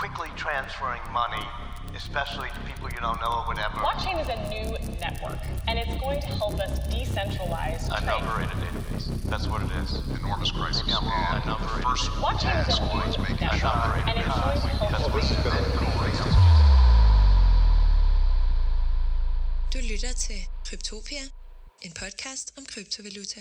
quickly transferring money, especially to people you don't know or whatever. Blockchain is a new network, and it's going to help us decentralize A trade. number in a database. That's what it is. Enormous crisis. Maybe I'm wrong. And A number the in first Blockchain is a task new was making network, sure and it's going to help That's us. what it's crazy. Du lytter til Kryptopia, en podcast om kryptovaluta.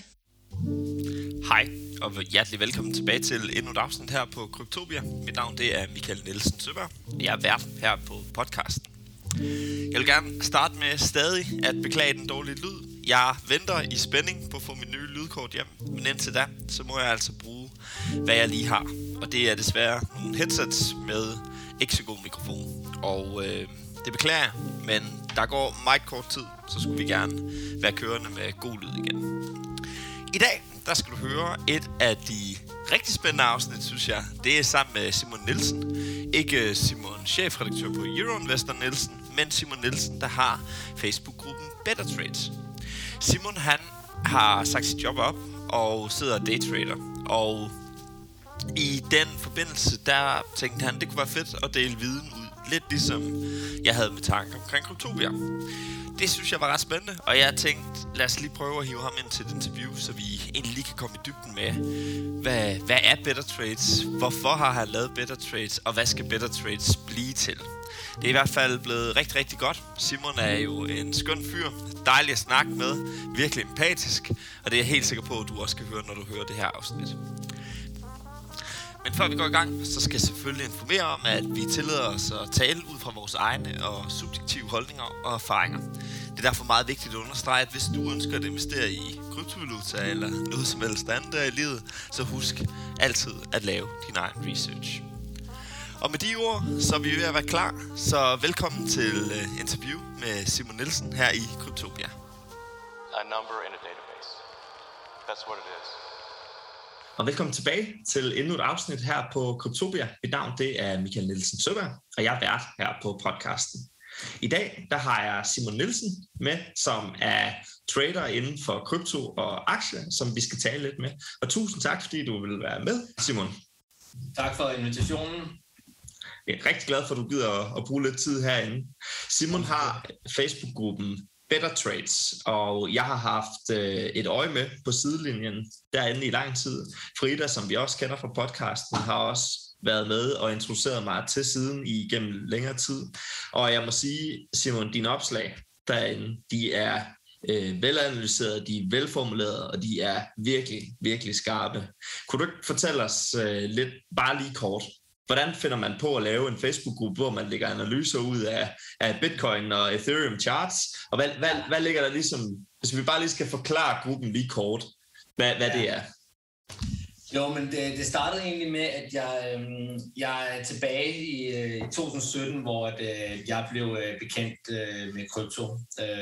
Hej, og hjertelig velkommen tilbage til endnu et afsnit her på Kryptopia. Mit navn det er Michael Nielsen Søberg. Jeg er vært her på podcasten. Jeg vil gerne starte med stadig at beklage den dårlige lyd. Jeg venter i spænding på at få mit nye lydkort hjem, men indtil da, så må jeg altså bruge, hvad jeg lige har. Og det er desværre nogle headsets med ikke så god mikrofon. Og det beklager jeg, men der går meget kort tid, så skulle vi gerne være kørende med god lyd igen. I dag, der skal du høre et af de rigtig spændende afsnit, synes jeg. Det er sammen med Simon Nielsen. Ikke Simon, chefredaktør på Euroinvestor Nielsen, men Simon Nielsen, der har Facebook-gruppen Better Trades. Simon, han har sagt sit job op og sidder og daytrader. Og i den forbindelse, der tænkte han, det kunne være fedt at dele viden ud. Lidt ligesom jeg havde med tanker omkring Kryptopia. Det synes jeg var ret spændende, og jeg tænkte, lad os lige prøve at hive ham ind til et interview, så vi egentlig lige kan komme i dybden med, hvad er Better Trades, hvorfor har han lavet Better Trades, og hvad skal Better Trades blive til. Det er i hvert fald blevet rigtig, rigtig godt. Simon er jo en skøn fyr, dejlig at snakke med, virkelig empatisk, og det er jeg helt sikker på, at du også skal høre, når du hører det her afsnit. Men før vi går i gang, så skal jeg selvfølgelig informere om, at vi tillader os at tale ud fra vores egne og subjektive holdninger og erfaringer. Det er derfor meget vigtigt at understrege, at hvis du ønsker at investere i kryptovaluta eller noget som helst andet der i livet, så husk altid at lave din egen research. Og med de ord, så er vi ved at være klar, så velkommen til interview med Simon Nielsen her i Kryptopia. A number in a database. That's what it is. Og velkommen tilbage til endnu et afsnit her på Kryptopia. Mit navn det er Michael Nielsen Søberg, og jeg er vært her på podcasten. I dag der har jeg Simon Nielsen med, som er trader inden for krypto og aktier, som vi skal tale lidt med. Og tusind tak, fordi du vil være med, Simon. Tak for invitationen. Jeg er rigtig glad for, at du gider at bruge lidt tid herinde. Simon har Facebook-gruppen Better Trades, og jeg har haft et øje med på sidelinjen derinde i lang tid. Frida, som vi også kender fra podcasten, har også været med og introduceret mig til siden igennem længere tid. Og jeg må sige, Simon, dine opslag derinde, de er velanalyserede, de er velformulerede, og de er virkelig, virkelig skarpe. Kunne du ikke fortælle os lidt, bare lige kort, hvordan finder man på at lave en Facebook-gruppe, hvor man lægger analyser ud af Bitcoin og Ethereum charts? Og hvad ligger der ligesom, hvis vi bare lige skal forklare gruppen lige kort, hvad det er? Jo, men det startede egentlig med, at jeg er tilbage i 2017, hvor jeg blev bekendt med krypto.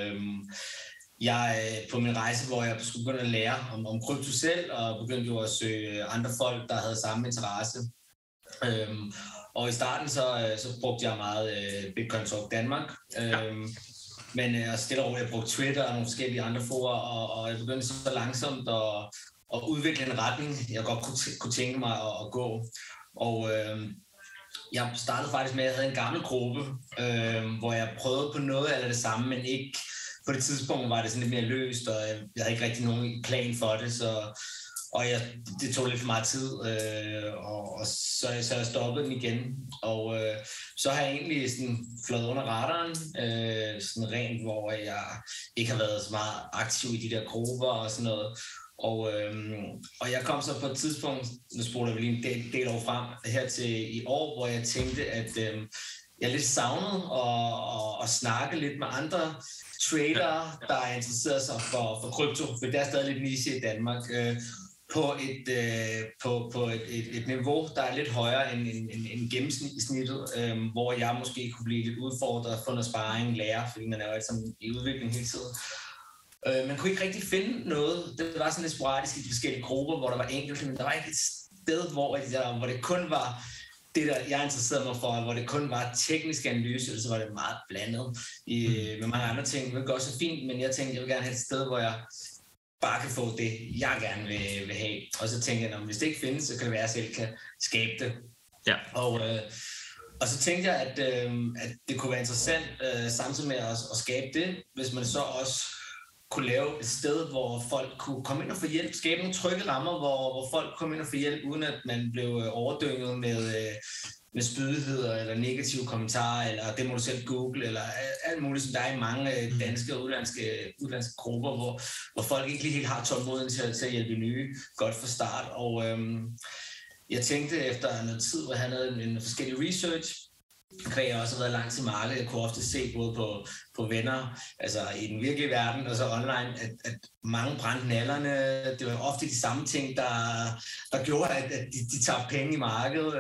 Jeg på min rejse, hvor jeg skulle begynde at lære om krypto selv, og begyndte jo at søge andre folk, der havde samme interesse. Og i starten så brugte jeg meget Bitcoin Talk Danmark, men stille og roligt, jeg brugte Twitter og nogle forskellige andre fora, og jeg begyndte så langsomt at udvikle en retning, jeg godt kunne tænke mig at gå. Og jeg startede faktisk med, at jeg havde en gammel gruppe, hvor jeg prøvede på noget eller det samme, men ikke på det tidspunkt var det sådan lidt mere løst, og jeg havde ikke rigtig nogen plan for det, og det tog lidt for meget tid, og så jeg stoppede den igen. Og så har jeg egentlig sådan flået under radaren, sådan rent, hvor jeg ikke har været så meget aktiv i de der grupper og sådan noget. Og jeg kom så på et tidspunkt, nu spoler vi lige en del år frem, her til i år, hvor jeg tænkte, at jeg lidt savnede at snakke lidt med andre tradere, der er interesseret sig for krypto, for det er stadig lidt niche i Danmark. På et niveau, der er lidt højere end gennemsnittet, hvor jeg måske kunne blive lidt udfordret, få noget sparring, lære, fordi man er jo altså i udvikling hele tiden. Man kunne ikke rigtig finde noget. Det var sådan lidt sporadisk i de forskellige grupper, hvor der var enkelte, men der var ikke et sted, hvor det kun var det, der jeg interesserede mig for, hvor det kun var teknisk analyse, så var det meget blandet med mange andre ting. Det var også så fint, men jeg tænkte, jeg vil gerne have et sted, hvor jeg bare kan få det, jeg gerne vil have. Og så tænkte jeg, hvis det ikke findes, så kan det være, at jeg selv kan skabe det. Ja. Og så tænkte jeg, at det kunne være interessant samtidig med at skabe det, hvis man så også kunne lave et sted, hvor folk kunne komme ind og få hjælp, skabe nogle trygge rammer, hvor folk kom ind og få hjælp, uden at man blev overdynget med spydigheder eller negative kommentarer, eller det må du selv google, eller alt muligt, som der er i mange danske og udlandske grupper, hvor folk ikke lige helt har tålmodigheden til at hjælpe nye godt fra start. Og jeg tænkte efter noget tid, hvor han havde en forskellig research, fordi jeg også har været langt til markedet. Jeg kunne ofte se både på venner, altså i den virkelige verden og så online, at mange brændte nallerne. Det var ofte de samme ting, der gjorde, at de tabte penge i markedet.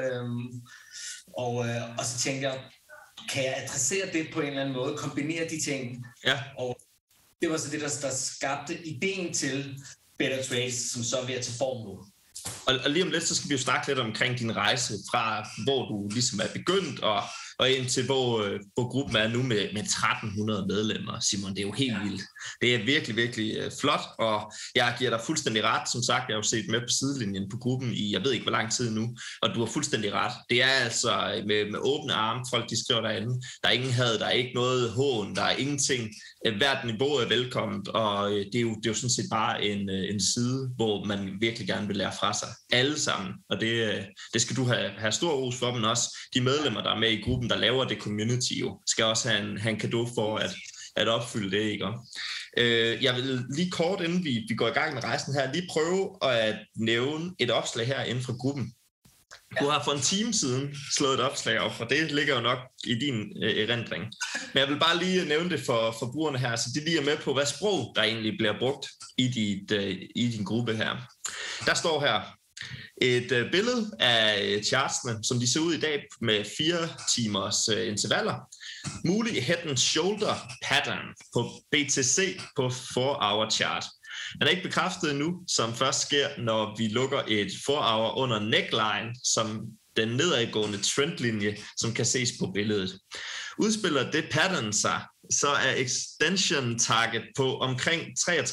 Og så tænkte jeg, kan jeg adressere det på en eller anden måde, kombinere de ting? Ja. Og det var så det, der skabte ideen til Better Trades, som så er ved at tage form nu. Og lige om lidt, så skal vi jo snakke lidt omkring din rejse fra, hvor du ligesom er begyndt, og ind til, hvor gruppen er nu med 1300 medlemmer, Simon. Det er jo helt vildt. Det er virkelig, virkelig flot, og jeg giver dig fuldstændig ret. Som sagt, jeg har jo set med på sidelinjen på gruppen i, jeg ved ikke, hvor lang tid nu, og du har fuldstændig ret. Det er altså med åbne arme, folk de skriver derinde. Der er ingen had, der er ikke noget hån, der er ingenting. Hvert niveau er velkomment, og det er jo sådan set bare en side, hvor man virkelig gerne vil lære fra sig. Alle sammen, og det skal du have stor ros for, men også de medlemmer, der er med i gruppen, der laver det community jo, skal også have en cadeau for at opfylde det, ikke? Jeg vil lige kort, inden vi går i gang med rejsen her, lige prøve at nævne et opslag her inden for gruppen. Du har for en time siden slået et opslag op, og det ligger jo nok i din erindring. Men jeg vil bare lige nævne det for forbrugerne her, så de lige er med på, hvad sprog der egentlig bliver brugt i din gruppe her. Der står her et billede af chartsene, som de ser ud i dag med 4 timers intervaller. Mulig head and shoulder pattern på BTC på 4-hour chart. Den er ikke bekræftet endnu, som først sker, når vi lukker et 4-hour under neckline, som den nedadgående trendlinje, som kan ses på billedet. Udspiller det pattern sig, så er extension target på omkring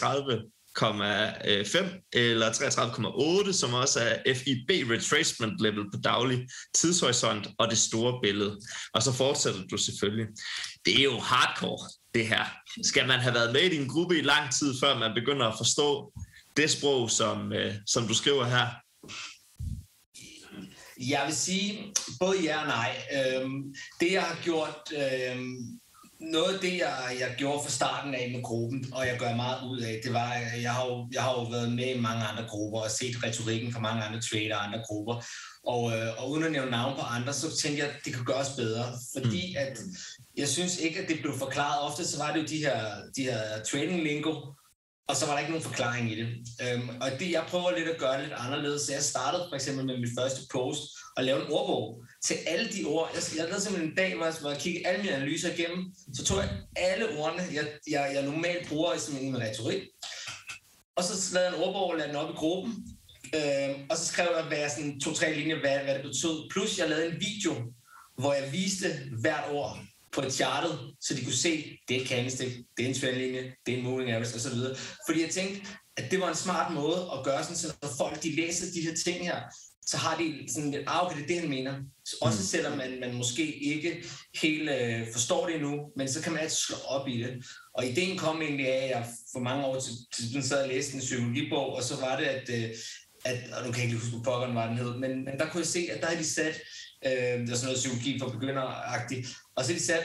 33,5 eller 33,8, som også er FIB retracement level på daglig tidshorisont og det store billede. Og så fortsætter du selvfølgelig. Det er jo hardcore, det her. Skal man have været med i din gruppe i lang tid, før man begynder at forstå det sprog, som du skriver her? Jeg vil sige både ja og nej. Det jeg har gjort, noget af det jeg gjorde fra starten af med gruppen, og jeg gør meget ud af, det var, at jeg har jo været med i mange andre grupper og set retorikken fra mange andre trader og andre grupper. Og uden at nævne navn på andre, så tænkte jeg, at det kunne gøres bedre. Fordi at jeg synes ikke, at det blev forklaret. Ofte så var det jo de her trading lingo, og så var der ikke nogen forklaring i det. Og det, jeg prøver lidt at gøre det lidt anderledes. Så jeg startede for eksempel med mit første post og lavede en ordbog til alle de ord. Jeg lavede simpelthen en dag, hvor jeg kiggede alle mine analyser igennem. Så tog jeg alle ordene, jeg normalt bruger i sådan en retorik. Og så lavede jeg en ordbog og lavede den op i gruppen. Og så skrev jeg hver sådan 2-3 linjer, hvad det betød. Plus jeg lavede en video, hvor jeg viste hvert ord på et chartet, så de kunne se, det er et candlestick, det er en trendlinje, det er en moving average osv. Fordi jeg tænkte, at det var en smart måde at gøre sådan, så når folk de læser de her ting her, så har de sådan lidt, okay, det er det, han mener. Også selvom man måske ikke helt forstår det endnu, men så kan man altid slå op i det. Og ideen kom egentlig af, at jeg for mange år til sad og læste en psykologibog, og så var det, at og nu kan jeg ikke huske, på pokkeren var den hed, men der kunne jeg se, at der havde de sat, der er sådan noget psykologi for begynder-agtigt, og så havde de sat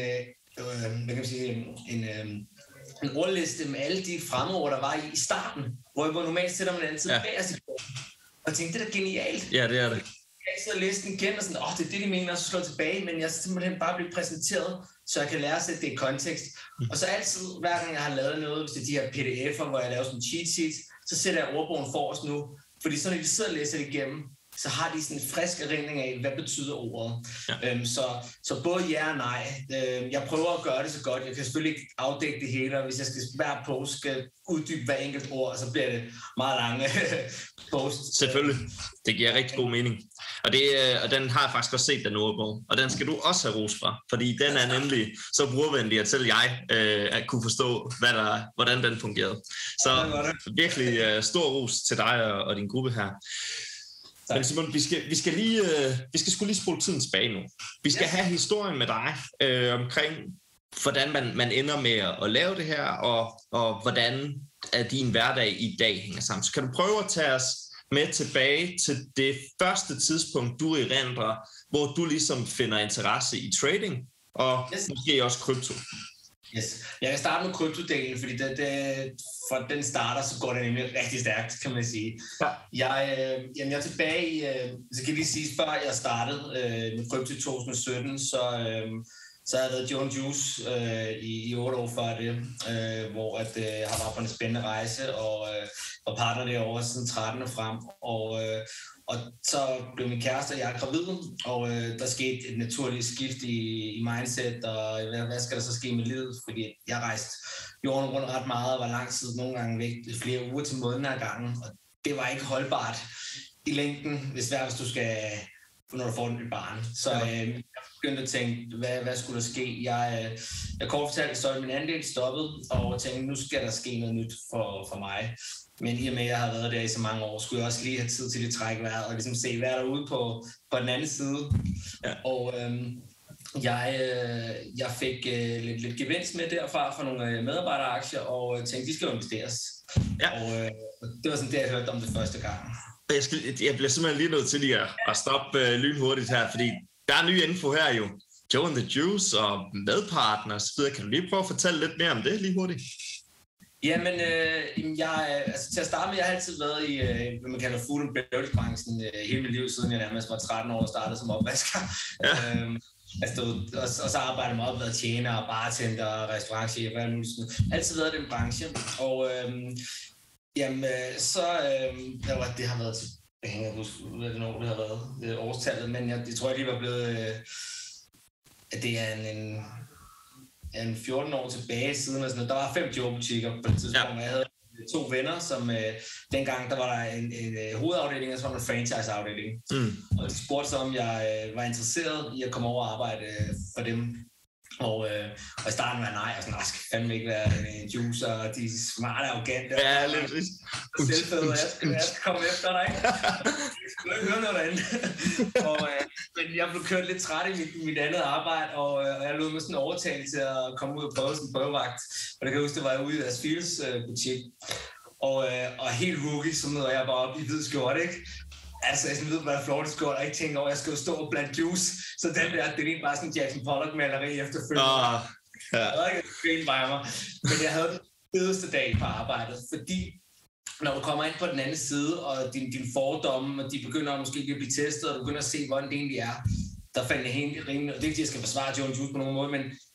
en ordliste med alle de fremmedord, der var i starten, hvor normalt sætter man altid bag sit ord. Og jeg tænkte, det er genialt. Ja, det er det. Jeg sidder og læser den igen og sådan, det er det, de mener, og så slår tilbage, men jeg simpelthen bare blive præsenteret, så jeg kan lære at sætte det i kontekst. Og så altid, hver gang jeg har lavet noget, hvis det er de her pdf'er, hvor jeg laver sådan en cheat sheet, så sætter jeg ordbogen forrest nu. Fordi så når de sidder og læser det igennem, så har de sådan en frisk erindring af, hvad betyder ordet. Ja. Så både ja og nej. Jeg prøver at gøre det så godt. Jeg kan selvfølgelig ikke afdække det hele, og hvis jeg skal hver post skal uddybe hver enkelt ord, så bliver det meget lange post. Selvfølgelig. Det giver rigtig god mening. Og den har jeg faktisk også set, den ordbog. Og den skal du også have ros fra, fordi den er nemlig så brugervenlig, at selv jeg at kunne forstå, hvordan den fungerede. Så virkelig stor ros til dig og din gruppe her. Men Simon, vi skal sgu lige spole tiden tilbage nu. Vi skal have historien med dig omkring, hvordan man ender med at lave det her, og hvordan din hverdag i dag hænger sammen. Så kan du prøve at tage os med tilbage til det første tidspunkt, du erindrer, hvor du ligesom finder interesse i trading, og måske også krypto. Yes. Jeg kan starte med kryptodelen, fordi for den starter, så går det nemlig rigtig stærkt, kan man sige. Ja. Jeg er tilbage i, så kan jeg lige sige, før jeg startede med krypto i 2017, så har jeg været Joe & Juice i 8 år før det, hvor jeg har været på en spændende rejse, og var partner derovre siden 13 og frem, og så blev min kæreste og jeg gravid, og der skete et naturligt skift i mindset, og hvad skal der så ske med livet, fordi jeg rejste jorden rundt ret meget, og var lang tid nogle gange væk, flere uger til måneden ad gangen, og det var ikke holdbart i længden, hvis du skal, når du får et barn. Så jeg begyndte at tænke, hvad skulle der ske? Jeg kort fortalte, så min andel stoppede, og tænkte, nu skal der ske noget nyt for mig. Men i og med, at jeg har været der i så mange år, skulle jeg også lige have tid til at trække vejret og ligesom se, hvad er der ude på den anden side. Ja. Og jeg fik lidt gevinst med derfra fra nogle medarbejderaktier, og tænkte, de skal jo investeres. Ja. Og det var sådan det, jeg hørte om det første gang. Jeg bliver simpelthen lige nødt til lige at stoppe lynhurtigt her, fordi der er ny info her jo. Joe & the Juice og medpartner osv. Kan du lige prøve at fortælle lidt mere om det lige hurtigt? Jamen, til at starte med, jeg har altid været i, hvad man kalder food and beverage-branchen hele mit liv, siden jeg nærmest var 13 år og startede som opvasker. Ja. Og så arbejder jeg meget med tjener, bartender, restaurantchef, hvad nu sådan. Altid været i den branche. Og det har været til, jeg kan ikke huske, hvornår det har været, årstallet, men jeg tror, jeg lige var blevet, at det er en 14 år tilbage siden, og sådan, der var 5 Joe-butikker på det tidspunkt, og jeg havde 2 venner, som dengang, der var der en hovedafdeling, og så var der en franchise-afdeling. Og de spurgte så, om jeg var interesseret i at komme over og arbejde for dem. Og i starten var jeg nej, og sådan, jeg skal fandme ikke være en juicer, og de er smarte, arrogante. Ja, lidt risk. Selvføde, jeg skal komme efter dig. Jeg skal ikke høre noget andet. Men jeg blev kørt lidt træt i mit andet arbejde, og jeg lod mig sådan overtale til at komme ud og prøve sådan en prøvevagt. Og det kan jeg huske, det var jeg ude i deres Fields butik. Og helt rookie, så møder jeg bare op i hvid skjort, ikke? Altså, jeg ved, hvad der er flot skjort, og ikke tænker over, at jeg skal jo stå og blande juice. Så det er egentlig bare sådan en Jackson Pollock-maleri efterfølgende. Jeg havde ikke grint mig. Men jeg havde den fedeste dag på arbejdet, fordi når du kommer ind på den anden side, og dine fordomme, og de begynder måske at blive testet, og du begynder at se, hvordan det egentlig er, der fandt jeg helt rimelig, og det er ikke, at jeg skal forsvare Joe & Juice på nogen måde,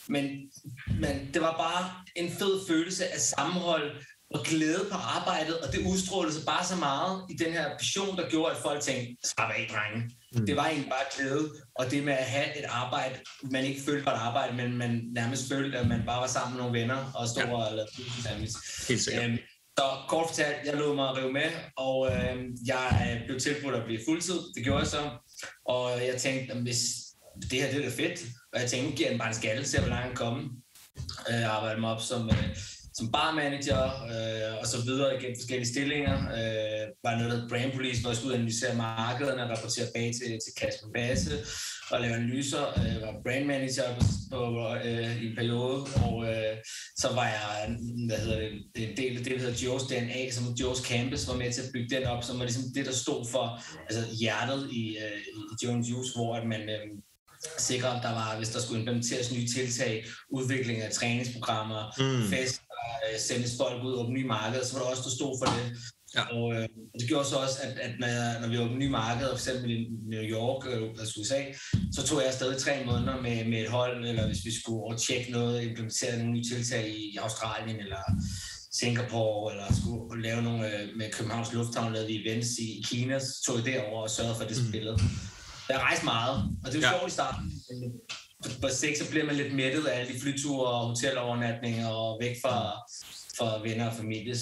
men det var bare en fed følelse af sammenhold, og glæde på arbejdet, og det udstrålede sig bare så meget i den her passion, der gjorde, at folk tænkte, slap af, drenge. Det var egentlig bare glæde, og det med at have et arbejde, man ikke følte var et arbejde, men man nærmest følte, at man bare var sammen med nogle venner, og stod og lavede sandwich. Helt sikkert. Så kort fortalt, jeg lod mig rive med, og jeg blev tilbudt at blive fuldtid. Det gjorde jeg så, og jeg tænkte, hvis det her det er fedt, og jeg tænkte, nu giver jeg den bare en skalle, se hvor langt jeg kommer. Jeg arbejdede mig op som barmanager og så videre igennem forskellige stillinger. Var noget, der hed Brand Police, hvor jeg skulle analysere markederne og rapportere bag til Kasper Basse og lave analyser. Jeg var brand manager i en periode, og så var jeg en del af det, der hedder Joe's DNA, som Joe's Campus var med til at bygge den op, som var ligesom det, der stod for hjertet i Joe & Juice, hvor at man sikre, at der var, hvis der skulle implementeres nye tiltag, udvikling af træningsprogrammer, fester, sendes folk ud og åbne nye markeder, så var der også, der stod for det. Ja. Og det gjorde så også, at når vi åbnede nye markeder, f.eks. i New York, altså USA, så tog jeg stadig 3 måneder med et hold, eller hvis vi skulle overtjekke noget, implementere nogle nye tiltag i Australien, eller Singapore, eller skulle lave nogle med Københavns Lufthavn, lavede vi events i Kina, så tog jeg derover og sørgede for, at det spillede. Jeg rejste meget, og det er jo sjovt i starten. På 6 så bliver man lidt mættet af alle de flyture og hotelovernatninger og væk fra venner og familie.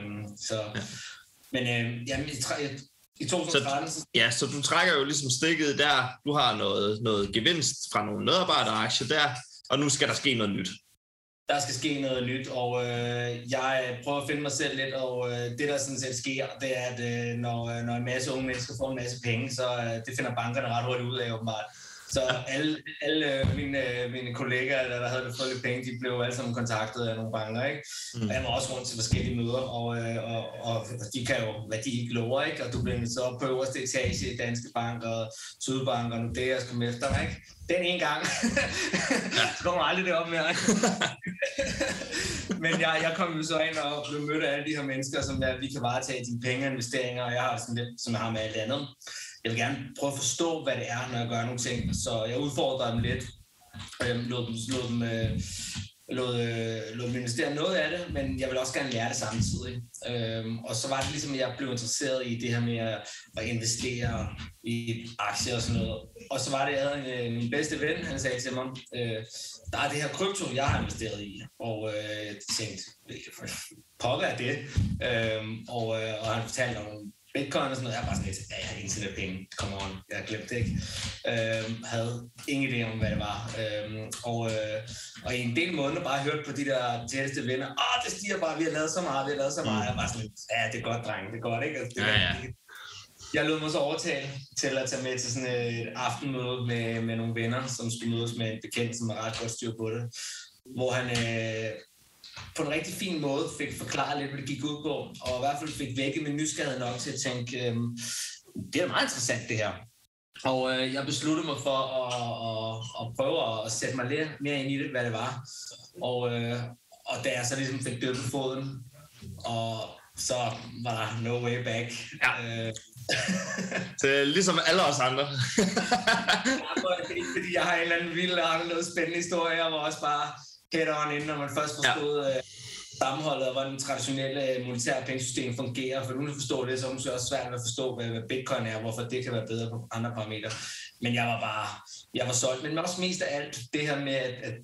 Men i 2013... Så du trækker jo ligesom stikket der. Du har noget gevinst fra nogle medarbejderaktier der, og nu skal der ske noget nyt. der skal ske noget nyt, og jeg prøver at finde mig selv lidt, og det der sådan set sker, det er, at når en masse unge mennesker får en masse penge, så det finder bankerne ret hurtigt ud af, åbenbart. Så alle mine kollegaer, der havde fået lidt penge, de blev alle sammen kontaktet af nogle banker, ikke? Og jeg var også rundt til forskellige møder, og de kan jo, hvad de ikke lover, ikke? Og du bliver så op på øverste etage i Danske Bank og Sydbank og Nordea skal komme efter mig, ikke? Den ene gang. Så kommer aldrig det op mere. Men jeg kom jo så ind og blev mødt af alle de her mennesker, som vi kan varetage dine penge og investeringer, og jeg har sådan lidt, som jeg har med alt andet. Jeg vil gerne prøve at forstå, hvad det er, når jeg gør nogle ting, så jeg udfordrer dem lidt. Lod dem investere noget af det, men jeg vil også gerne lære det samtidig. Og så var det ligesom, at jeg blev interesseret i det her med at investere i aktier og sådan noget. Og så var det, jeg havde min bedste ven, han sagde til mig, der er det her krypto, jeg har investeret i. Og jeg tænkte, pokker er det? Og han fortalte om Bitcoin og sådan noget. Jeg var bare sådan lidt, jeg har internet penge, come on, jeg har glemt det ikke. Havde ingen idé om, hvad det var. Og i en del måneder bare hørt på de der tætteste venner, det stiger bare, vi har lavet så meget. Jeg var sådan lidt, det er godt, dreng, det er godt, ikke? Altså, jeg lod mig så overtale til at tage med til sådan et aftenmøde med nogle venner, som skulle mødes med en bekendt, som har ret godt styr på det. Hvor han på en rigtig fin måde fik forklaret lidt, hvad det gik ud på, og i hvert fald fik vækket min nysgerrighed nok til at tænke, det er meget interessant det her. Og jeg besluttede mig for at prøve at sætte mig lidt mere ind i det, hvad det var. Og da jeg så ligesom fik død på foden, og så var der no way back. Ja. Det er ligesom alle os andre. Fordi jeg har en eller anden vild og noget spændende historie, og var også bare head on inden, når man først forstod sammenholdet, og hvordan den traditionelle monetære pengesystem fungerer. For uden at forstå det, så er det også svært at forstå, hvad Bitcoin er, hvorfor det kan være bedre på andre parametre. Men jeg var solgt. Men også mest af alt det her med,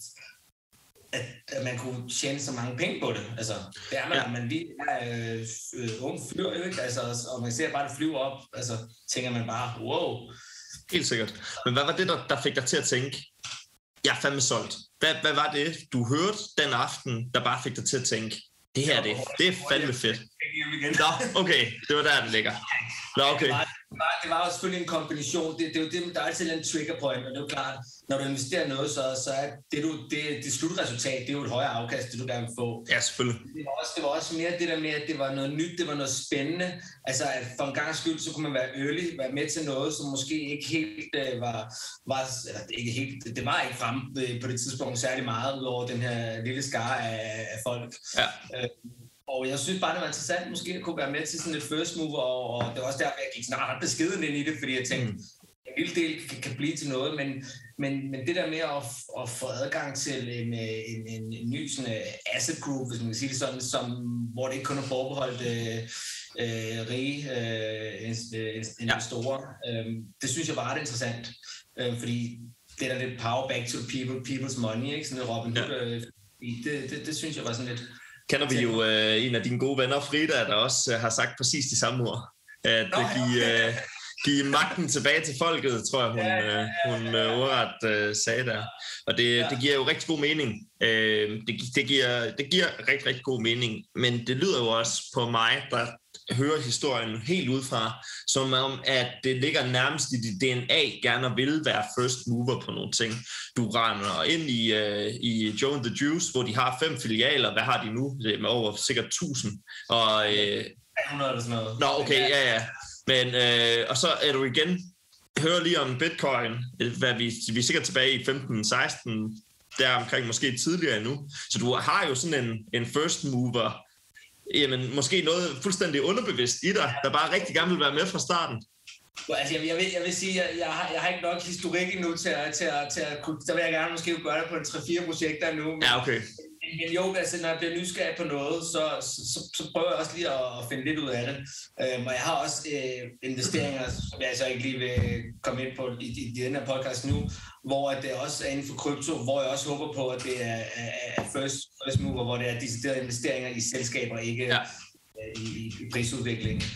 at man kunne tjene så mange penge på det. Altså, det er man lige er ung fyr, ikke? Altså, og man ser bare det flyve op, altså tænker man bare, wow. Helt sikkert. Men hvad var det, der fik dig til at tænke, jeg er fandme solgt? Hvad var det, du hørte den aften, der bare fik dig til at tænke, det her det er fandme fedt? Nå, okay, det var der, den ligger. Nå, okay. Det var jo selvfølgelig en kombination. Det er jo det, der er altid en trigger point, og det er jo klart, når du investerer noget, så er det slutresultat, det er jo et højere afkast, det du gerne vil få. Ja, selvfølgelig. Det var også mere det der med, at det var noget nyt, det var noget spændende. Altså, at for en gang skyld, så kunne man være early, være med til noget, som måske ikke helt det var ikke fremme på det tidspunkt særlig meget, udover den her lille skare af folk. Ja. Og jeg synes bare, det var interessant måske at kunne være med til sådan et first mover, og det var også derfor, jeg gik snart beskeden ind i det, fordi jeg tænkte, en lille del kan blive til noget, men det der med at få adgang til en ny sådan asset group, hvis man kan sige det sådan, hvor det ikke kun er forbeholdt rige investorer, det synes jeg var ret interessant, fordi det er der lidt power back to people's money, ikke? Sådan et Robin Hood, det synes jeg var sådan lidt. Kender vi jo en af dine gode venner, Frida, der også har sagt præcis de samme ord. At give magten tilbage til folket, tror jeg, hun ordret sagde der. Og det giver jo rigtig god mening. Det giver rigtig, rigtig god mening. Men det lyder jo også på mig, der hører historien helt udefra, som om, at det ligger nærmest i dit DNA, gerne vil være first mover på nogle ting. Du render ind i Joe and the Juice, hvor de har 5 filialer. Hvad har de nu? Det er med over sikkert 1000. Og 100 eller sådan noget. Nå, okay, ja. Men, og så er du igen, hører lige om Bitcoin, hvad vi er sikkert tilbage i 15-16, der omkring måske tidligere endnu. Så du har jo sådan en first mover, jamen måske noget fuldstændig underbevidst i dig, der bare rigtig gerne vil være med fra starten. Altså, jeg vil sige, at jeg har ikke nok historik endnu til at kunne, der vil jeg gerne måske gøre det på en 3-4 projekter nu. Ja, okay. Men jo, altså, når jeg bliver nysgerrig på noget, så prøver jeg også lige at finde lidt ud af det. Og jeg har også investeringer, som jeg så ikke lige vil komme ind på i den her podcast nu, hvor det også er inden for krypto, hvor jeg også håber på, at det er first mover, hvor det er deciderede investeringer i selskaber, ikke i prisudvikling.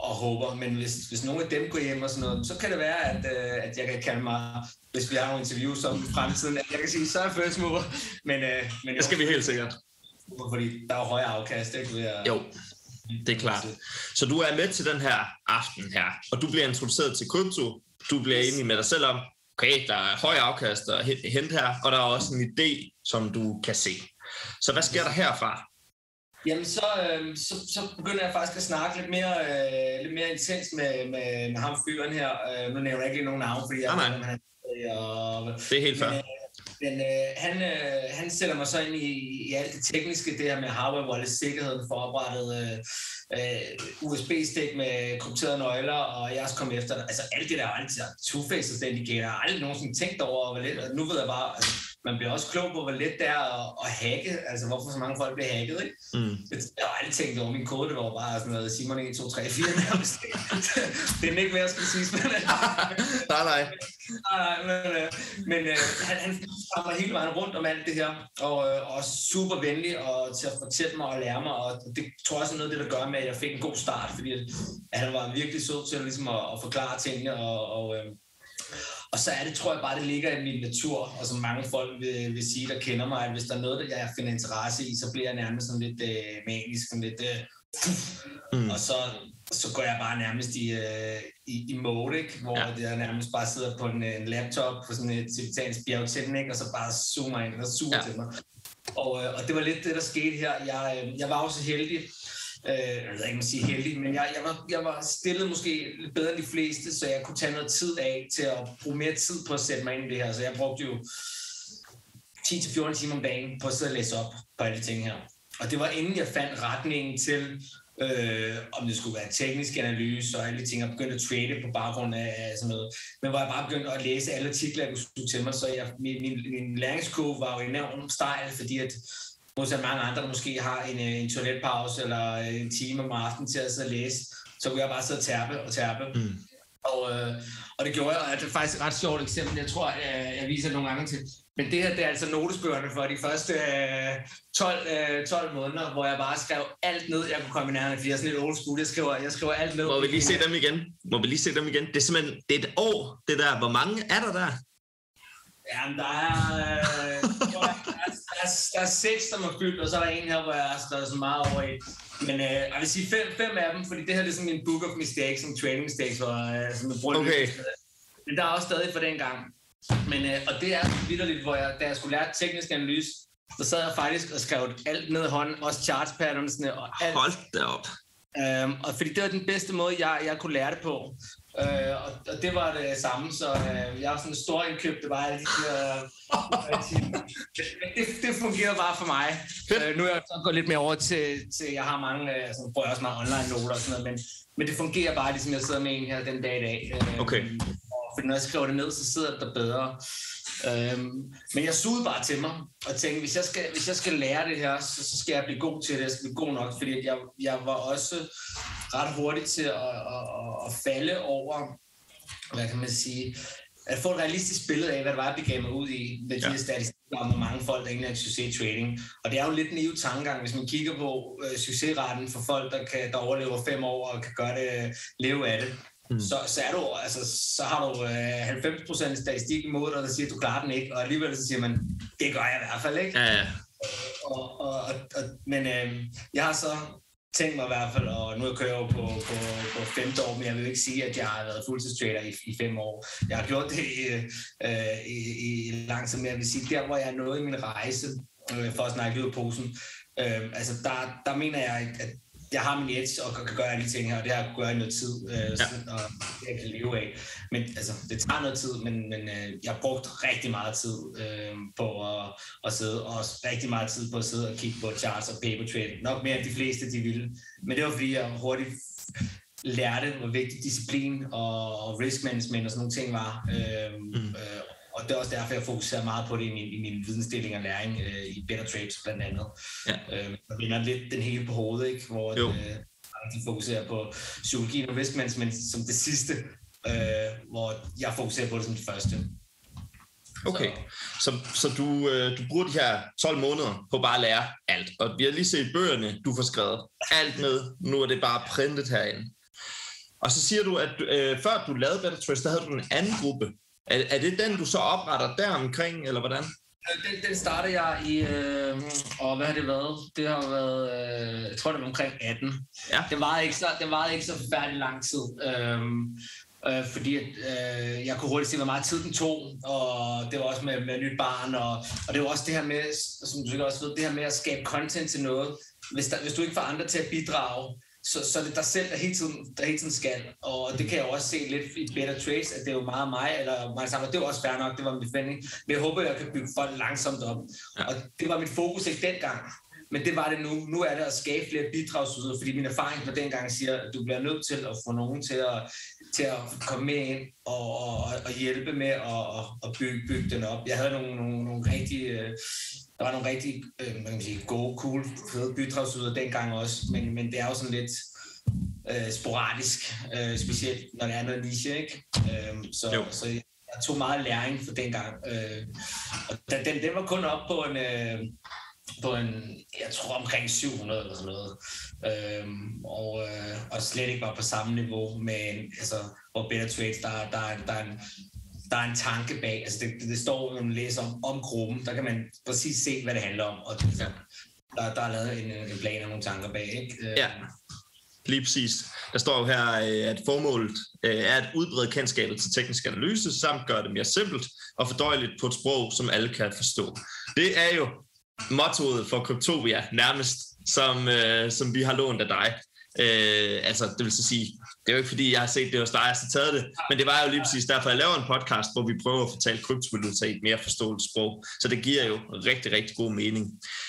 og håber. Men hvis nogen af dem går hjem og sådan noget, så kan det være, at jeg kan kalde mig, hvis vi har nogle interviews om fremtiden, at jeg kan sige, så er jeg first mover. Men det skal vi helt sikkert. Fordi der er højere afkast, ikke? Jo, det er klart. Så du er med til den her aften her, og du bliver introduceret til krypto. Du bliver enig med dig selv om, okay, der er høj afkast at hente her, og der er også en idé, som du kan se. Så hvad sker der herfra? Jamen, så begynder jeg faktisk at snakke lidt mere intens med ham fyren her. Nu nævner jeg ikke lige nogen navn, fordi det er helt fair. Men han sætter mig så ind i alt det tekniske, det her med hardware wallet, sikkerheden for oprettet USB-stik med krypterede nøgler, og jeg også kom efter det. Altså alt det der, alt det der two-face authenticator, jeg har aldrig nogensinde tænkt over, hvor let, og nu ved jeg bare, altså, man bliver også klog på, hvor let det er at hacke, altså hvorfor så mange folk bliver hacket, ikke? Jeg har aldrig tænkt over min kode, det var bare sådan noget Simon 1, 2, 3, 4 nærmest. Det er ikke, hvad jeg skal sige, men... Men han kommer hele vejen rundt om alt det her, og super venlig og til at fortælle mig og lære mig, og det tror jeg også er noget af det, der gør med, at jeg fik en god start, fordi at han var virkelig sød til ligesom at forklare tingene, og så er det, tror jeg bare, det ligger i min natur, og som mange folk vil sige, der kender mig, at hvis der er noget, der jeg finder interesse i, så bliver jeg nærmest sådan lidt manisk, sådan lidt... Og så går jeg bare nærmest i mode, ikke? Hvor jeg nærmest bare sidder på en laptop på sådan et tibetansk bjergtænding, og så bare zoomer ind og suger til mig. Og det var lidt det, der skete her. Jeg var også heldig, jeg ved ikke, man siger heldig, men jeg var stillet måske lidt bedre end de fleste, så jeg kunne tage noget tid af til at bruge mere tid på at sætte mig ind i det her. Så jeg brugte jo 10-14 timer om dagen på at sidde og læse op på alle de ting her. Og det var inden jeg fandt retningen til, om det skulle være teknisk analyse og alle de ting, jeg begyndte at trade på baggrund af sådan noget. Men hvor jeg bare begyndte at læse alle artikler, jeg kunne suge til mig, så min læringskurve var jo enormt stejl, fordi at modsat mange andre, der måske har en toiletpause eller en time om aftenen til at sidde og læse, så kunne jeg bare sidde og tærpe. Og det gjorde jeg, og det er faktisk et ret sjovt eksempel, jeg tror, jeg viser nogle gange til. Men det her, det er altså notesbøgerne for de første 12 måneder, hvor jeg bare skrev alt ned, jeg kunne komme i nærheden, fordi jeg er sådan lidt old school, jeg skriver alt ned. Må vi lige se dem igen? Det er simpelthen, det er et år, det der. Hvor mange er der? Jamen, der er 6, som er fyldt, og så er der en her, hvor jeg har skrevet så meget over i. Men jeg vil sige 5 af dem, fordi det her det er sådan en book of mistakes, som trading mistakes, som jeg bruger Men der er også stadig for den gang. Men, og det er vitterligt, hvor da jeg skulle lære teknisk analyse, så sad jeg faktisk og skrev alt ned i hånden, også charts patternsene og alt. Hold da op. Og fordi det var den bedste måde, jeg kunne lære det på. Og det var det samme, så jeg var sådan en stor indkøb, det var alle de der... det fungerer bare for mig. Nu er jeg så gået lidt mere over til jeg har mange, så bruger jeg også meget online noter og sådan noget, men det fungerer bare, ligesom jeg sidder med en her den dag i dag. Okay. Fordi når jeg skriver det ned, så sidder det der bedre. Men jeg sugede bare til mig og tænkte, hvis jeg skal lære det her, så skal jeg blive god til det. Jeg skal blive god nok, fordi jeg var også ret hurtig til at falde over, hvad kan man sige, at få et realistisk billede af, hvad det var, jeg begav mig ud i, med de her statistikker om, hvor mange folk, der egentlig har succes i trading. Og det er jo lidt en naiv tankegang, hvis man kigger på succesraten for folk, der overlever 5 år og kan gøre det, leve af det. Så er du, altså, så har du 90% statistik imod dig, der siger, at du klarer den ikke, og alligevel så siger man, det gør jeg i hvert fald, ikke? Ja. Men jeg har så tænkt mig i hvert fald, og nu kører jeg jo på 5. år, men jeg vil ikke sige, at jeg har været fuldtidstrader i 5 år. Jeg har gjort det i lang tid, men jeg vil sige, der hvor jeg er nået i min rejse, for at snakke ud af posen, altså der mener jeg, at jeg har min edge og kan gøre alle de ting her, og det har jeg gøre i noget tid, og jeg kan leve af. Men altså, det tager noget tid, men jeg har brugt rigtig meget tid på at sidde, og også rigtig meget tid på at sidde og kigge på charts og paper trade. Nok mere end de fleste, de ville. Men det var fordi, jeg hurtigt lærte, hvor vigtig disciplin og risk management og sådan nogle ting var. Og det er også derfor, jeg fokuserer meget på det i min vidensdeling og læring i Better Trades blandt andet. Ja. Jeg vinder lidt den hele på hovedet, ikke? Hvor de fokuserer på psykologi og risk management som det sidste, hvor jeg fokuserer på det som det første. Okay, så du bruger de her 12 måneder på bare at lære alt. Og vi har lige set bøgerne, du får skrevet alt med. Nu er det bare printet herinde. Og så siger du, at før du lavede Better Trace, der havde du en anden gruppe. Er det den, du så opretter der omkring, eller hvordan? Den startede jeg i, og hvad har det været? Det har været, jeg tror det var omkring 18. Ja. Det varede ikke så forfærdelig lang tid, fordi jeg kunne hurtigt se, hvor meget tid den tog, og det var også med nyt barn, og det var også det her med, som du også ved, det her med at skabe content til noget. Hvis du ikke får andre til at bidrage, så er det dig selv, der hele tiden skal. Og det kan jeg også se lidt i Better Trace, at det er jo meget mig, eller mig sammen. Det var også fair nok, det var min forventning. Men jeg håber, jeg kan bygge folk langsomt op. Ja. Og det var mit fokus ikke dengang. Men det var det nu. Nu er det at skabe flere bidragsydere, fordi min erfaring fra dengang siger, at du bliver nødt til at få nogen til at komme med ind og hjælpe med at bygge den op. Jeg havde nogle rigtig... Der var nogle rigtig gode, cool, fede bidragsydere dengang også, men det er jo sådan lidt sporadisk, specielt når det er noget niche, ikke? Så jeg tog meget læring for dengang. Og den var kun op på en, jeg tror omkring 700 eller sådan noget, og slet ikke var på samme niveau med, altså, hvor Better Trades, der er en tanke bag, altså det står, når man læser om gruppen, der kan man præcis se, hvad det handler om, og der er lavet en plan og nogle tanker bag, ikke? Ja, lige præcis. Der står jo her, at formålet er at udbrede kendskabet til teknisk analyse, samt gøre det mere simpelt og fordøjeligt på et sprog, som alle kan forstå. Det er jo mottoet for Cryptopia, nærmest, som vi har lånt af dig. Altså, det vil så sige, det er jo ikke fordi, jeg har set det hos dig, så taget det, men det var jo lige præcis derfor, jeg laver en podcast, hvor vi prøver at fortælle kryptovaluta i et mere forståeligt sprog. Så det giver jo rigtig, rigtig god mening.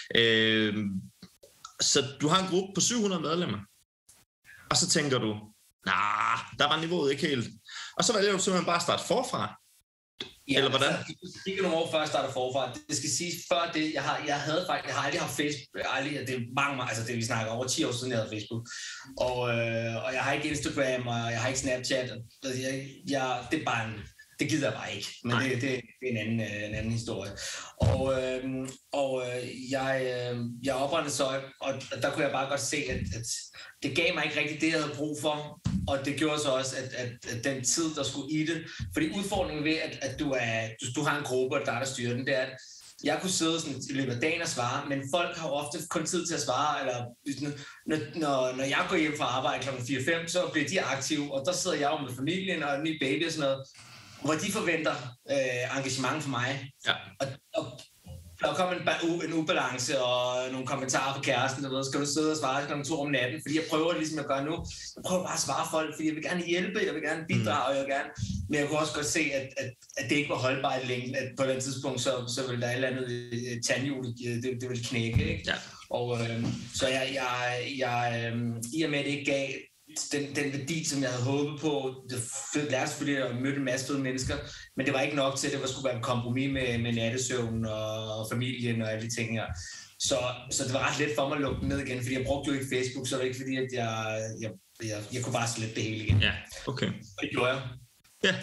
Så du har en gruppe på 700 medlemmer, og så tænker du, der var niveauet ikke helt. Og så vælger du simpelthen bare at starte forfra. Ja, eller hvordan? Altså, det er nogle år før jeg startede forfra. Det skal siges, før det, jeg har aldrig haft Facebook. Det er mange, altså det vi snakker over 10 år siden, jeg havde Facebook. Og jeg har ikke Instagram, og jeg har ikke Snapchat. Det er bare det gider jeg bare ikke. Men det er en anden historie. Og jeg oprettede så, og der kunne jeg bare godt se, at det gav mig ikke rigtig det, jeg havde brug for. Og det gjorde så også, at den tid, der skulle i det... Fordi udfordringen ved, at du har en gruppe, og der styrer den, det er, at jeg kunne sidde sådan i løbet af dagen og svare, men folk har ofte kun tid til at svare, eller når jeg går hjem fra arbejde kl. 4-5, så bliver de aktive, og der sidder jeg jo med familien og en ny baby og sådan noget, hvor de forventer engagement fra mig. Ja. Og der kom en ubalance og nogle kommentarer fra kæresten, der ved, skal du sidde og svare kl. 2 om natten, fordi jeg prøver det ligesom jeg gør nu. Jeg prøver bare at svare folk, fordi jeg vil gerne hjælpe, jeg vil gerne bidrage, og jeg vil gerne... Men jeg kunne også godt se, at det ikke var holdbart i længden, at på et tidspunkt, så ville der et eller andet tandhjul, det ville knække, ikke? Ja. Og så jeg i og med, at det ikke gav den værdi, som jeg havde håbet på, det lærte selvfølgelig at møde en masse fede mennesker, men det var ikke nok til, at det skulle være en kompromis med nattesøvn og familien og alle de ting her. Så det var ret let for mig at lukke den ned igen, fordi jeg brugte jo ikke Facebook, så det var ikke fordi, at jeg kunne bare slette det hele igen. Ja, okay. Og det gjorde jeg. Ja.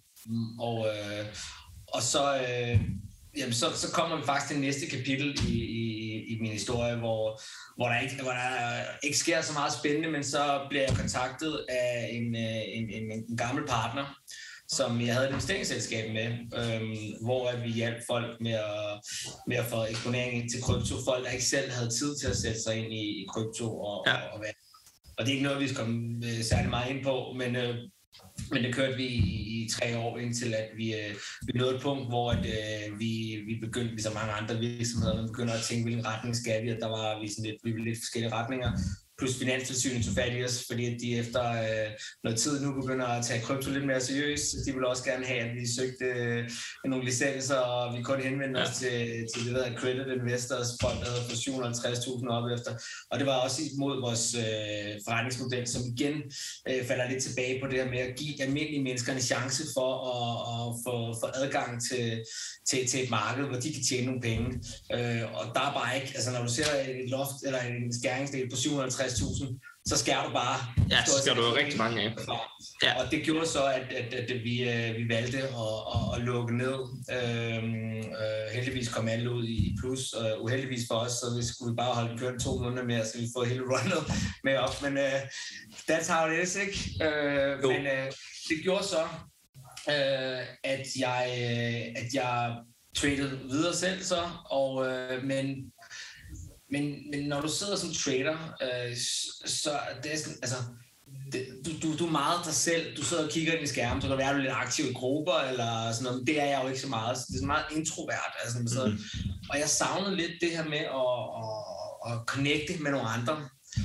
Og så kommer vi faktisk til næste kapitel i min historie, hvor der ikke sker så meget spændende, men så bliver jeg kontaktet af en gammel partner, som jeg havde et investeringsselskab med, hvor vi hjalp folk med at få eksponering til krypto. Folk, der ikke selv havde tid til at sætte sig ind i krypto. Og det er ikke noget, vi skal komme særlig meget ind på, men det kørte vi i 3 år, indtil at vi nåede et punkt, hvor vi begyndte, ligesom mange andre virksomheder, vi begyndte at tænke, hvilken retning skal vi, og der var vi ville lidt forskellige retninger. Plus Finanstilsynet tog fat i os, fordi at de efter noget tid nu begynder at tage krypto lidt mere seriøst. De vil også gerne have, at vi søgte nogle licenser, og vi kunne henvende os til det, der hedder Credit Investors, folk, der havde for 750.000 op efter. Og det var også imod vores forretningsmodel, som igen falder lidt tilbage på det her med at give almindelige mennesker en chance for at få adgang til et marked, hvor de kan tjene nogle penge. Og der er bare ikke, altså når du ser et loft eller en skæringsdel på 750.000, så skærer du bare. Ja, så skal du jo rigtig mange af. Ja. Og det gjorde så, at vi valgte at lukke ned. Heldigvis kom alle ud i plus, og uheldigvis for os, så skulle vi bare holde kørt 2 måneder mere, så vi får hele runnet med op. Men that's how it is, ikke? Men det gjorde så, at jeg tradede videre selv så, men når du sidder som trader, så det er sådan, altså, du er meget dig selv. Du sidder og kigger ind i skærmen, så kan være du lidt aktiv i grupper eller sådan noget, men det er jeg jo ikke så meget. Så det er så meget introvert. Altså, og jeg savnede lidt det her med at connecte med nogle andre.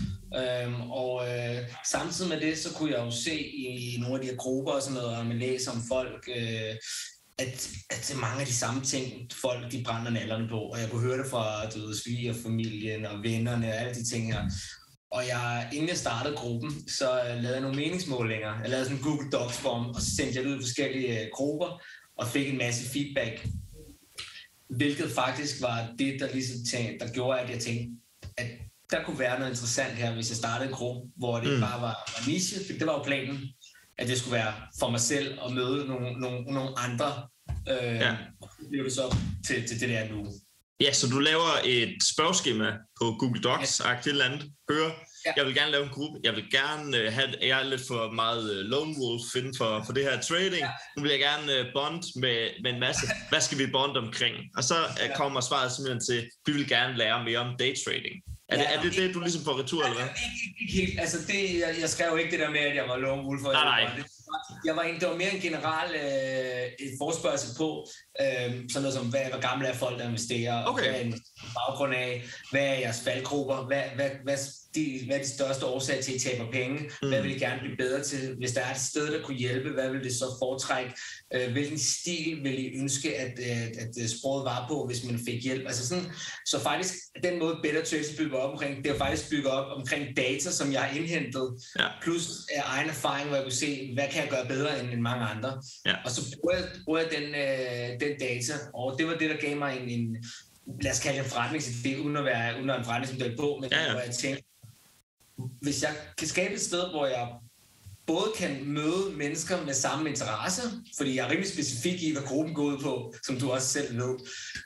Samtidig med det, så kunne jeg jo se i nogle af de her grupper og sådan noget, og man læser om folk, at det er mange af de samme ting, folk de brænder nallerne på. Og jeg kunne høre det fra svigerfamilien og vennerne og alle de ting her. Og inden jeg startede gruppen, så lavede jeg nogle meningsmålinger. Jeg lavede sådan en Google Docs form, og så sendte jeg det ud i forskellige grupper, og fik en masse feedback. Hvilket faktisk var det, der gjorde, at jeg tænkte, at der kunne være noget interessant her, hvis jeg startede en gruppe, hvor det bare var niche. Det var jo planen, at det skulle være for mig selv at møde nogle andre. Det blev det så til det der nu. Ja, så du laver et spørgeskema på Google Docs, et eller andet. Jeg vil gerne lave en gruppe. Jeg vil gerne jeg er lidt for meget lone wolf inden for det her trading. Nu vil jeg gerne bond med en masse. Hvad skal vi bonde omkring? Og så kommer svaret simpelthen til, vi vil gerne lære mere om daytrading. Er det du ligesom får retur, eller hvad? Ikke helt. Altså, jeg skrev ikke det der med, at jeg var lone wolf. Nej. Det var mere en general et forespørgsel på, sådan noget som, hvor gamle er folk, der investerer, hvad er en baggrund af, hvad er jeres faldgrupper, hvad er de største årsager til, at I taber penge, hvad vil I gerne blive bedre til, hvis der er et sted, der kunne hjælpe, hvad vil det så foretrække, hvilken stil vil I ønske, at sproget var på, hvis man fik hjælp. Altså sådan, så faktisk, den måde Better Trades bygger op omkring, det er faktisk bygget op omkring data, som jeg har indhentet, plus egen erfaring, hvor jeg kunne se, hvad kan jeg gøre bedre end mange andre. Og så bruger jeg den data, og det var det, der gav mig en lad os kalde det en forretningsidé, uden at en forretningsmodel på, men hvor jeg tænkte, hvis jeg kan skabe et sted, hvor jeg både kan møde mennesker med samme interesse, fordi jeg er rimelig specifik i, hvad gruppen går ud på, som du også selv ved,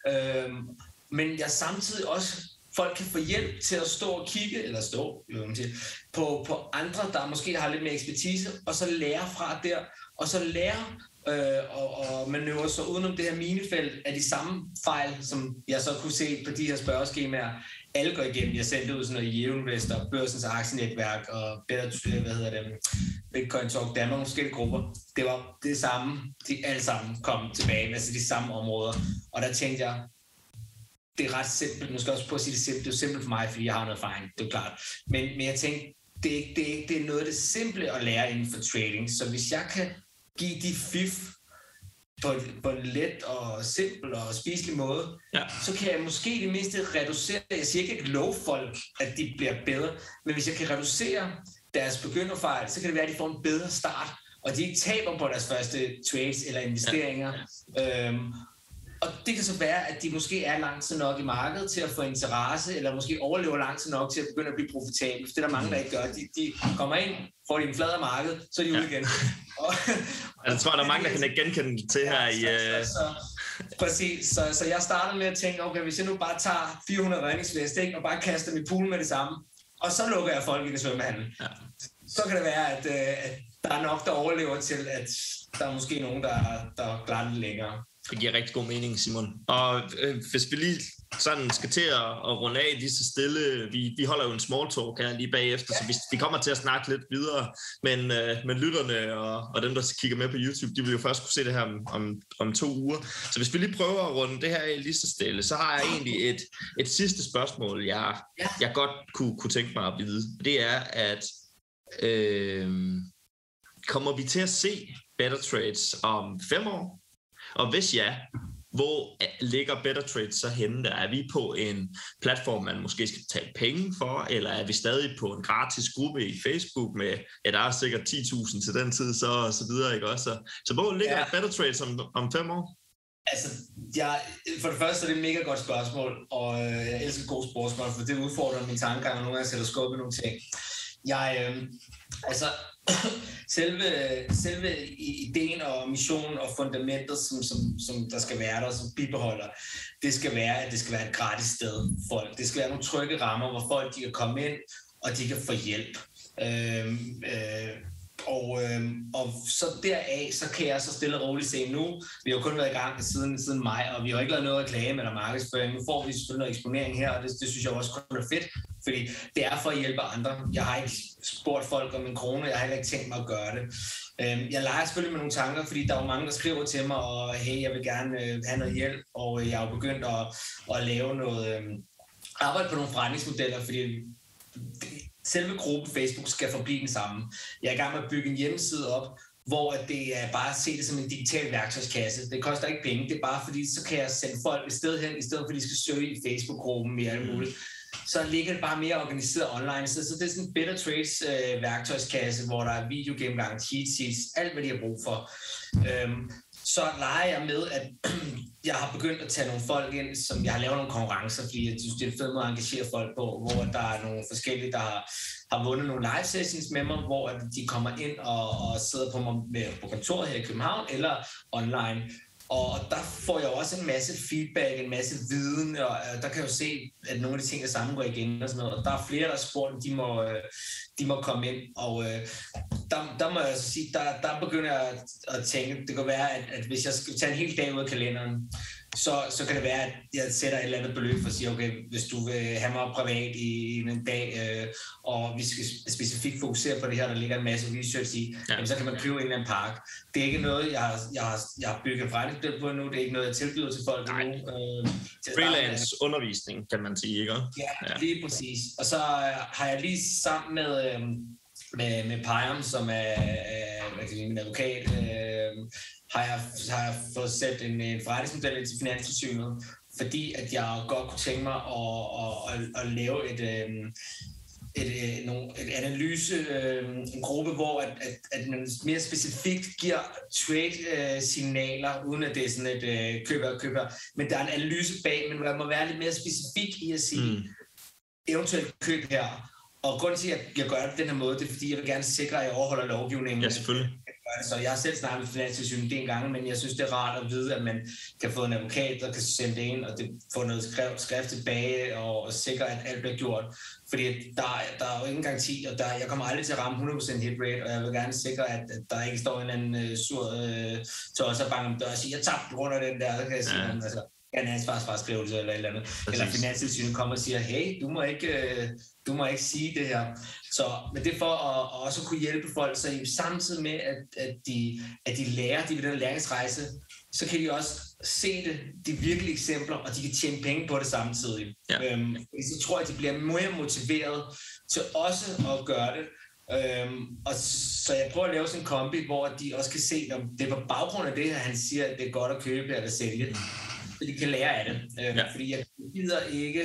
men jeg samtidig også, folk kan få hjælp til at stå og kigge, eller på andre, der måske har lidt mere ekspertise, og så lære fra der, og så lære og manøvre så udenom det her minefelt af de samme fejl, som jeg så kunne se på de her spørgeskemaer, alle går igennem. Jeg sendte ud sådan noget i Investor, Børsens Aktienetværk og Bitcoin Talk Danmark, nogle forskellige grupper. Det var det samme, de alle sammen kom tilbage, altså de samme områder. Og der tænkte jeg, det er ret simpelt, måske også på at sige det simpelt, det er jo simpelt for mig, fordi jeg har noget erfaring, det er klart. Men jeg tænkte, det er noget af det simple at lære inden for trading, så hvis jeg kan give de fif på en let og simpel og spiselig måde, så kan jeg måske det mindste reducere, jeg siger ikke, at love folk, at de bliver bedre, men hvis jeg kan reducere deres begynderfejl, så kan det være, at de får en bedre start, og de ikke taber på deres første trades eller investeringer. Og det kan så være, at de måske er lang tid nok i markedet til at få interesse, eller måske overlever lang tid nok til at begynde at blive profitable. Det er der mange, der ikke gør. De kommer ind, får de en flad af markedet, så er de ude igen. Jeg tror, der er mange, der kan ikke genkende til her i... Præcis. Så jeg startede med at tænke, okay, hvis jeg nu bare tager 400 redningsvest, og bare kaster mit pool med det samme, og så lukker jeg folk i det svømmehandel, så kan det være, at der er nok, der overlever til, at der er måske nogen, der klarer det længere. Det giver rigtig god mening, Simon. Og hvis vi lige sådan skal til at runde af lige så stille, vi holder jo en small talk her lige bagefter, så vi kommer til at snakke lidt videre, men lytterne og dem, der kigger med på YouTube, de vil jo først kunne se det her om 2 uger. Så hvis vi lige prøver at runde det her af lige så stille, så har jeg egentlig et sidste spørgsmål, jeg godt kunne tænke mig at vide. Det er, at kommer vi til at se Better Trades om 5 år? Og hvis ja, hvor ligger Better Trades så henne? Der er vi på en platform, man måske skal betale penge for, eller er vi stadig på en gratis gruppe i Facebook med, der er sikkert 10.000 til den tid, så videre, ikke også? Så hvor ligger Better Trades om 5 år? Altså, for det første er det et mega godt spørgsmål, og jeg elsker gode spørgsmål, for det udfordrer mine tanker, og nogle gange sætter skub i nogle ting. selve ideen og missionen og fundamentet, som der skal være der, som bibeholder, det skal være, at det skal være et gratis sted for folk. Det skal være nogle trygge rammer, hvor folk de kan komme ind, og de kan få hjælp. Og så deraf, så kan jeg så stille og roligt se nu. Vi har jo kun været i gang siden maj, og vi har ikke lavet noget reklame eller markedsføring. Nu får vi selvfølgelig noget eksponering her, og det synes jeg også kun er fedt, fordi det er for at hjælpe andre. Jeg har ikke spurgt folk om en krone, jeg har heller ikke tænkt mig at gøre det. Jeg leger selvfølgelig med nogle tanker, fordi der er jo mange, der skriver til mig, og hey, jeg vil gerne have noget hjælp, og jeg har jo begyndt at lave noget, arbejde på nogle forretningsmodeller, fordi selve gruppen Facebook skal forblive den samme. Jeg er i gang med at bygge en hjemmeside op, hvor det er bare at se det som en digital værktøjskasse. Det koster ikke penge, det er bare fordi, så kan jeg sende folk et sted hen, i stedet for at de skal søge i Facebook-gruppen med alt muligt. Så ligger det bare mere organiseret online. Så det er sådan en Better Trades værktøjskasse, hvor der er videogennemgang, cheat sheets, alt hvad de har brug for. Så leger jeg med, at jeg har begyndt at tage nogle folk ind, som jeg har lavet nogle konkurrencer, fordi jeg synes, det er en fed måde at engagere folk på, hvor der er nogle forskellige, der har vundet nogle live sessions med mig, hvor de kommer ind og sidder på kontoret her i København eller online. Og der får jeg også en masse feedback, en masse viden, og der kan jeg jo se, at nogle af de ting, der sammen går igen og sådan noget. Og der er flere, der har spurgt, de må komme ind. Og der må jeg altså sige, der begynder jeg at tænke, det kan være, at hvis jeg skal tage en hel dag ud af kalenderen, så kan det være, at jeg sætter et eller andet beløb for at sige, okay, hvis du vil have mig privat i en dag, og vi skal specifikt fokusere på det her, der ligger en masse research i, jamen, så kan man købe en eller anden park. Det er ikke noget, jeg har bygget en forretningsmodel på nu, det er ikke noget, jeg tilbyder til folk nu. Freelance undervisning, kan man sige, ikke? Ja, lige præcis. Og så har jeg lige sammen med Payam, som er en advokat, har jeg fået sat en forretningsmodel til Finanstilsynet, fordi at jeg godt kunne tænke mig at lave et analyse, en gruppe, hvor at man mere specifikt giver trade-signaler, uden at det er sådan et køber, men der er en analyse bag, men man må være lidt mere specifik i at sige, eventuelt køb her. Og grunden til, at jeg gør det på den her måde, det er, fordi jeg vil gerne sikre, at jeg overholder lovgivningen. Ja, selvfølgelig. Så jeg har selv snakket med Finanstilsynet en gang, men jeg synes, det er rart at vide, at man kan få en advokat, der kan sende det ind, og det får noget skrift tilbage, og sikre, at alt bliver gjort. Fordi der er jo ingen garanti, og jeg kommer aldrig til at ramme 100% hit rate, og jeg vil gerne sikre, at der ikke står en eller anden sur tosser og bange om dør og siger, jeg tabte på grund af den der, så kan jeg sige, altså, en ansvarsfraskrivelse eller et eller andet. Præcis. Eller Finanstilsynet kommer og siger, hey, du må ikke sige det her. Så, men det er for at også kunne hjælpe folk, så samtidig med, at de lærer, de ved den læringsrejse, så kan de også se de virkelige eksempler, og de kan tjene penge på det samtidig. Ja. Så tror jeg, at de bliver mere motiveret til også at gøre det. Og så jeg prøver at lave sådan en kombi, hvor de også kan se, om det er på baggrund af det her, han siger, at det er godt at købe eller sælge. Så de kan lære af det. Fordi jeg gider ikke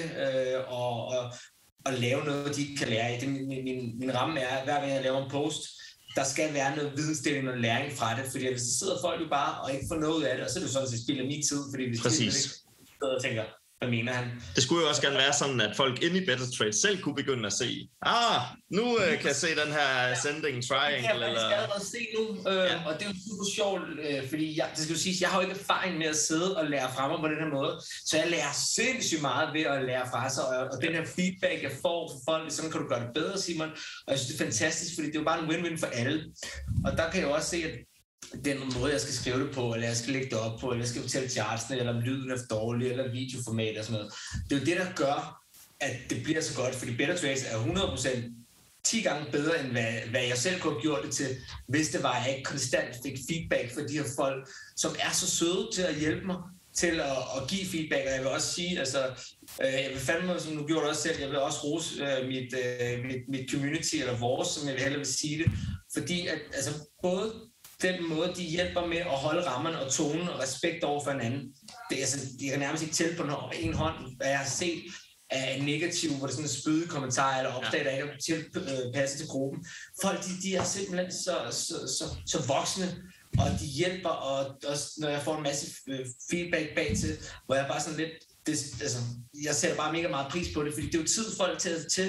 at lave noget, de ikke kan lære af. Min ramme er, hver gang jeg laver en post, der skal være noget vidensdeling og læring fra det, fordi hvis der sidder folk jo bare og ikke får noget ud af det, og så er det jo sådan, at det spilder min tid, fordi hvis de ikke sidder og tænker, hvad mener han? Det skulle jo også gerne være sådan, at folk inde i Better Trade selv kunne begynde at se, nu kan jeg se den her sending triangle. Det kan jeg allerede se nu, og det er jo super sjovt, fordi det skal jo siges, jeg har jo ikke erfaring med at sidde og lære fra mig på den her måde, så jeg lærer sindssygt meget ved at lære fra sig, og den her feedback, jeg får fra folk, sådan kan du gøre det bedre, Simon, og jeg synes, det er fantastisk, fordi det er jo bare en win-win for alle, og der kan jeg også se, at den måde, jeg skal skrive det på, eller jeg skal lægge det op på, eller jeg skal fortælle chartsene, eller om lyden er dårlig, eller videoformat og sådan noget. Det er jo det, der gør, at det bliver så godt, fordi Better Trades er 100% 10 gange bedre, end hvad jeg selv kunne have gjort det til, hvis det var, at jeg ikke konstant fik feedback fra de her folk, som er så søde til at hjælpe mig til at give feedback. Og jeg vil også sige, altså, jeg vil fandme, som du gjorde også selv, jeg vil også rose mit community, eller vores, som jeg vil hellere vil sige det, fordi at, altså, både den måde, de hjælper med at holde rammerne og tonen og respekt over for hinanden. Det er, altså, de kan nærmest ikke tælle på en hånd, hvad jeg har set af negativ, hvor det er sådan en spydig kommentar eller opslag, der ikke er tilpasset til gruppen. Folk, de er simpelthen så voksne, og de hjælper, og også når jeg får en masse feedback bag til, hvor jeg bare sådan lidt, altså, jeg sætter bare mega meget pris på det, fordi det er jo tid, folk tager til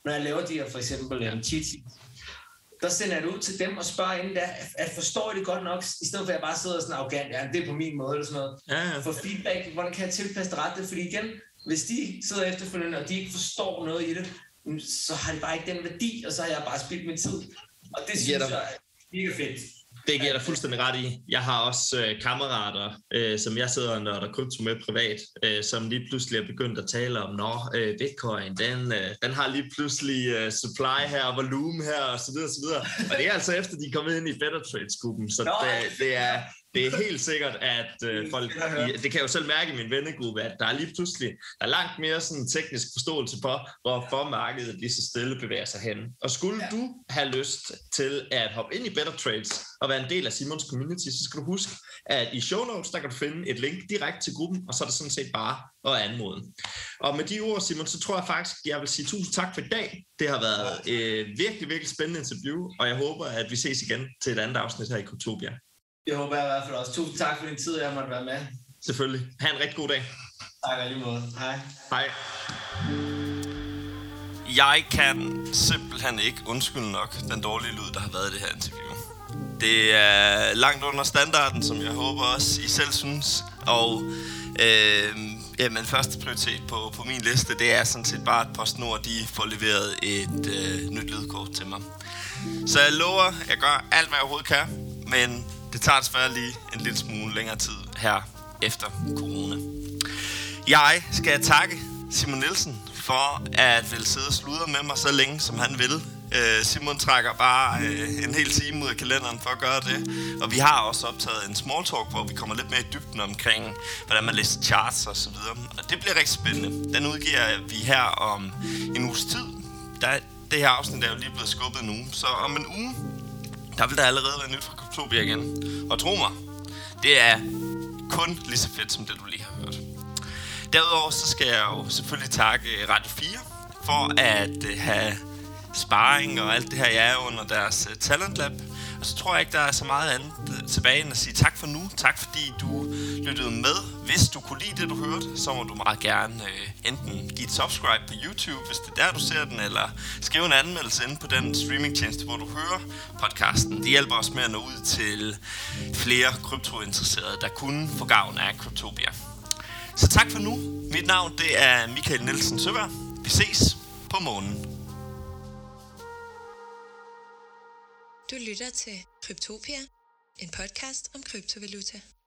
når jeg laver de her for eksempel cheat sheets, der sender jeg det ud til dem og spørger inden der, at forstår I det godt nok, i stedet for at jeg bare sidder sådan arrogant, ja, det er på min måde, eller sådan noget. Ja. For feedback, hvordan kan jeg tilpasse det ret? Fordi igen, hvis de sidder efterfølgende, og de ikke forstår noget i det, så har det bare ikke den værdi, og så har jeg bare spildt min tid. Og det synes jeg er mega fedt. Det giver dig fuldstændig ret i. Jeg har også kammerater, som jeg sidder og nørder krypto med privat, som lige pludselig er begyndt at tale om, Bitcoin, den har lige pludselig supply her, volumen her, og så videre, og så videre. Og det er altså efter, de er kommet ind i Better Trades-gruppen, så det er helt sikkert, at folk, det kan jeg jo selv mærke i min vennegruppe, at der er lige pludselig, der er langt mere sådan teknisk forståelse for, hvorfor markedet lige så stille bevæger sig hen. Og skulle du have lyst til at hoppe ind i Better Trades og være en del af Simons community, så skal du huske, at i show notes, der kan du finde et link direkte til gruppen, og så er det sådan set bare at anmode. Og med de ord, Simon, så tror jeg faktisk, jeg vil sige tusind tak for i dag. Det har været et virkelig, virkelig spændende interview, og jeg håber, at vi ses igen til et andet afsnit her i Kryptopia. Jeg håber jeg i hvert fald også. Tusind tak for din tid, jeg måtte være med. Selvfølgelig. Ha' en rigtig god dag. Tak lige måde. Hej. Hej. Jeg kan simpelthen ikke undskylde nok den dårlige lyd, der har været i det her interview. Det er langt under standarden, som jeg håber også I selv synes. Og men første prioritet på min liste, det er sådan set bare, at PostNord de får leveret et nyt lydkort til mig. Så jeg lover, jeg gør alt, hvad jeg overhovedet kan, men det tager desværre lige en lille smule længere tid her efter corona. Jeg skal takke Simon Nielsen for at ville sidde og sludre med mig så længe, som han vil. Simon trækker bare en hel time ud af kalenderen for at gøre det. Og vi har også optaget en small talk, hvor vi kommer lidt mere i dybden omkring, hvordan man læser charts og så videre. Og det bliver rigtig spændende. Den udgiver vi her om en uges tid. Det her afsnit er jo lige blevet skubbet nu. Så om en uge, der vil der allerede være nyt fra Kryptopia igen. Og tro mig, det er kun lige så fedt som det, du lige har hørt. Derudover så skal jeg jo selvfølgelig takke Radio 4 for at have sparring og alt det her, jeg er under deres Talent Lab. Og så tror jeg ikke, der er så meget andet tilbage end at sige tak for nu. Tak fordi du lyttede med. Hvis du kunne lide det, du hørte, så må du meget gerne enten give et subscribe på YouTube, hvis det er der, du ser den, eller skrive en anmeldelse inde på den streamingtjeneste, hvor du hører podcasten. Det hjælper os med at nå ud til flere kryptointeresserede, der kunne få gavn af Kryptopia. Så tak for nu. Mit navn det er Michael Nielsen Søberg. Vi ses på månen. Du lytter til Kryptopia, en podcast om kryptovaluta.